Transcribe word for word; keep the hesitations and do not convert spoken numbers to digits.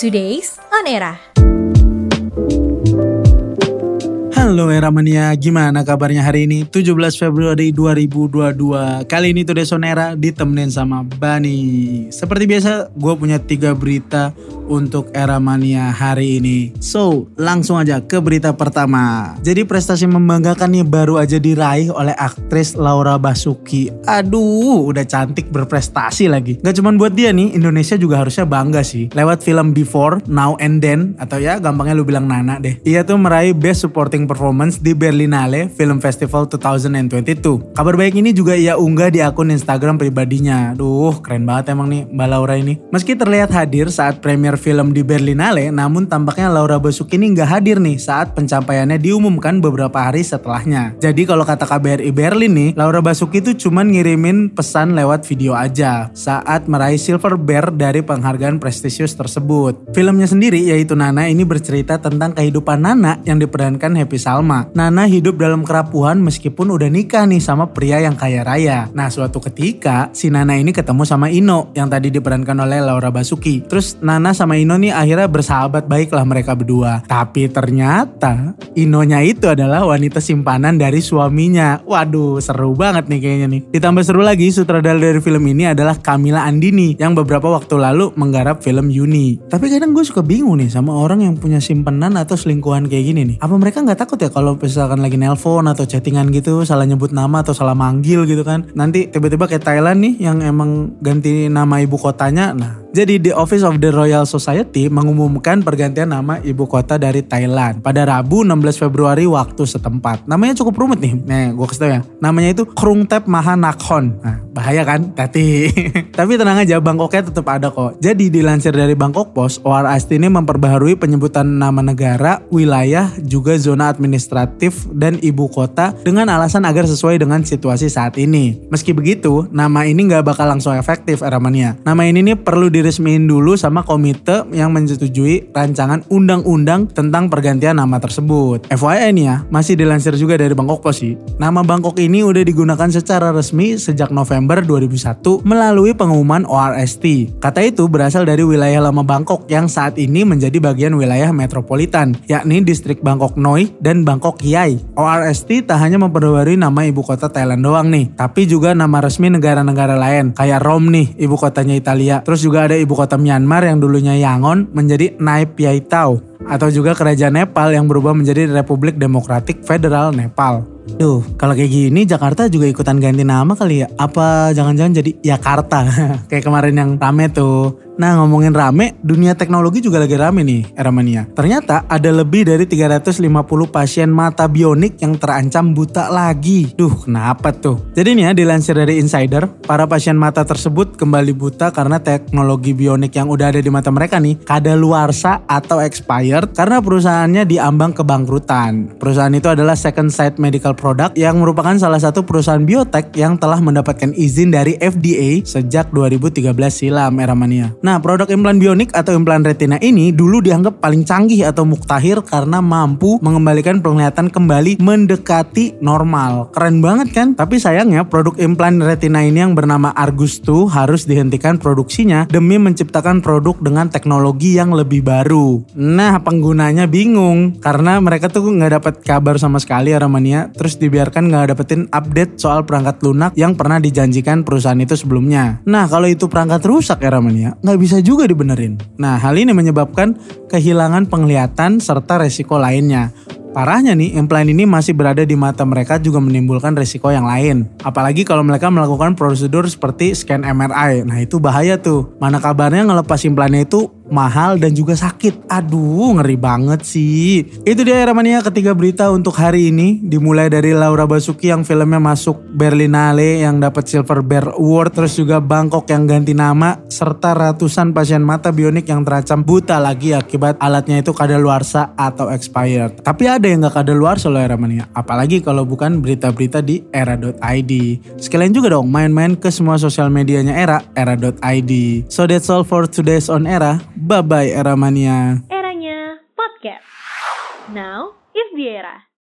Today's On Era. Halo Eramania, gimana kabarnya hari ini? tujuh belas Februari dua ribu dua puluh dua. Kali ini Today's On Era ditemenin sama Bani. Seperti biasa, gue punya tiga berita untuk Eramania hari ini. So, langsung aja ke berita pertama. Jadi prestasi membanggakan nih baru aja diraih oleh aktris Laura Basuki. Aduh, udah cantik berprestasi lagi. Gak cuman buat dia nih, Indonesia juga harusnya bangga sih. Lewat film Before, Now and Then, atau ya gampangnya lu bilang Nana deh. Ia tuh meraih Best Supporting Performance di Berlinale Film Festival dua ribu dua puluh dua. Kabar baik ini juga ia unggah di akun Instagram pribadinya. Duh, keren banget emang nih Mbak Laura ini. Meski terlihat hadir saat premier film di Berlinale, namun tampaknya Laura Basuki ini nggak hadir nih saat pencapaiannya diumumkan beberapa hari setelahnya. Jadi kalau kata K B R I Berlin nih, Laura Basuki tuh cuman ngirimin pesan lewat video aja saat meraih Silver Bear dari penghargaan prestisius tersebut. Filmnya sendiri yaitu Nana ini bercerita tentang kehidupan Nana yang diperankan Happy Salma. Nana hidup dalam kerapuhan meskipun udah nikah nih sama pria yang kaya raya. Nah suatu ketika si Nana ini ketemu sama Ino yang tadi diperankan oleh Laura Basuki. Terus Nana sama Ino nih akhirnya bersahabat baik lah mereka berdua. Tapi ternyata Inonya itu adalah wanita simpanan dari suaminya. Waduh seru banget nih kayaknya nih. Ditambah seru lagi sutradara dari film ini adalah Camilla Andini yang beberapa waktu lalu menggarap film Yuni. Tapi kadang gue suka bingung nih sama orang yang punya simpenan atau selingkuhan kayak gini nih. Apa mereka gak takut ya kalau misalkan lagi nelpon atau chattingan gitu salah nyebut nama atau salah manggil gitu kan. Nanti tiba-tiba kayak Thailand nih yang emang ganti nama ibu kotanya. Nah jadi The Office of the Royal Society mengumumkan pergantian nama ibu kota dari Thailand pada Rabu enam belas Februari waktu setempat. Namanya cukup rumit nih. Nih gue kasih tau ya. Namanya itu Krungthep Mahanakhon. Nah bahaya kan? Tati. Tapi tenang aja Bangkoknya tetap ada kok. Jadi dilansir dari Bangkok Post, O R S T ini memperbaharui penyebutan nama negara, wilayah, juga zona administratif dan ibu kota dengan alasan agar sesuai dengan situasi saat ini. Meski begitu, nama ini gak bakal langsung efektif Eramania. Nama ini nih perlu diresmiin dulu sama komite yang menyetujui rancangan undang-undang tentang pergantian nama tersebut. F Y I nih ya, masih dilansir juga dari Bangkok Post sih. Nama Bangkok ini udah digunakan secara resmi sejak November dua ribu satu melalui pengumuman O R S T. Kata itu berasal dari wilayah lama Bangkok yang saat ini menjadi bagian wilayah metropolitan, yakni distrik Bangkok Noi dan Bangkok Yai. O R S T tak hanya memperbarui nama ibu kota Thailand doang nih, tapi juga nama resmi negara-negara lain kayak Rome nih, ibu kotanya Italia. Terus juga ada ibu kota Myanmar yang dulunya Yangon menjadi Nai Piai Tau, atau juga kerajaan Nepal yang berubah menjadi Republik Demokratik Federal Nepal. Duh, kalau kayak gini Jakarta juga ikutan ganti nama kali ya? Apa jangan-jangan jadi Yakarta? Kayak kemarin yang rame tuh. Nah ngomongin rame, dunia teknologi juga lagi rame nih Eramania. Ternyata ada lebih dari tiga ratus lima puluh pasien mata bionik yang terancam buta lagi. Duh kenapa tuh? Jadi nih ya dilansir dari Insider, para pasien mata tersebut kembali buta karena teknologi bionik yang udah ada di mata mereka nih kadaluarsa atau expired karena perusahaannya diambang kebangkrutan. Perusahaan itu adalah Second Sight Medical Product yang merupakan salah satu perusahaan biotek yang telah mendapatkan izin dari F D A sejak dua ribu tiga belas silam Eramania. Nah produk implan bionik atau implan retina ini dulu dianggap paling canggih atau muktahir karena mampu mengembalikan penglihatan kembali mendekati normal. Keren banget kan? Tapi sayangnya produk implan retina ini yang bernama Argus dua harus dihentikan produksinya demi menciptakan produk dengan teknologi yang lebih baru. Nah penggunanya bingung karena mereka tuh gak dapat kabar sama sekali Eramania. Terus dibiarkan gak dapetin update soal perangkat lunak yang pernah dijanjikan perusahaan itu sebelumnya. Nah kalau itu perangkat rusak Eramania gak bisa juga dibenerin. Nah hal ini menyebabkan kehilangan penglihatan serta resiko lainnya. Parahnya nih, implan ini masih berada di mata mereka juga menimbulkan resiko yang lain. Apalagi kalau mereka melakukan prosedur seperti scan M R I. Nah itu bahaya tuh. Mana kabarnya ngelepas implannya itu mahal dan juga sakit. Aduh ngeri banget sih. Itu dia Eramania ketiga berita untuk hari ini. Dimulai dari Laura Basuki yang filmnya masuk Berlinale yang dapat Silver Bear Award. Terus juga Bangkok yang ganti nama. Serta ratusan pasien mata bionik yang terancam buta lagi akibat alatnya itu kadaluarsa atau expired. Tapi ada yang gak kadaluarsa loh Eramania. Apalagi kalau bukan berita-berita di era dot i d. Sekalian juga dong main-main ke semua sosial medianya Era, era dot i d. So that's all for today's On Era. Bye-bye Eramania. Eranya podcast. Now is the era.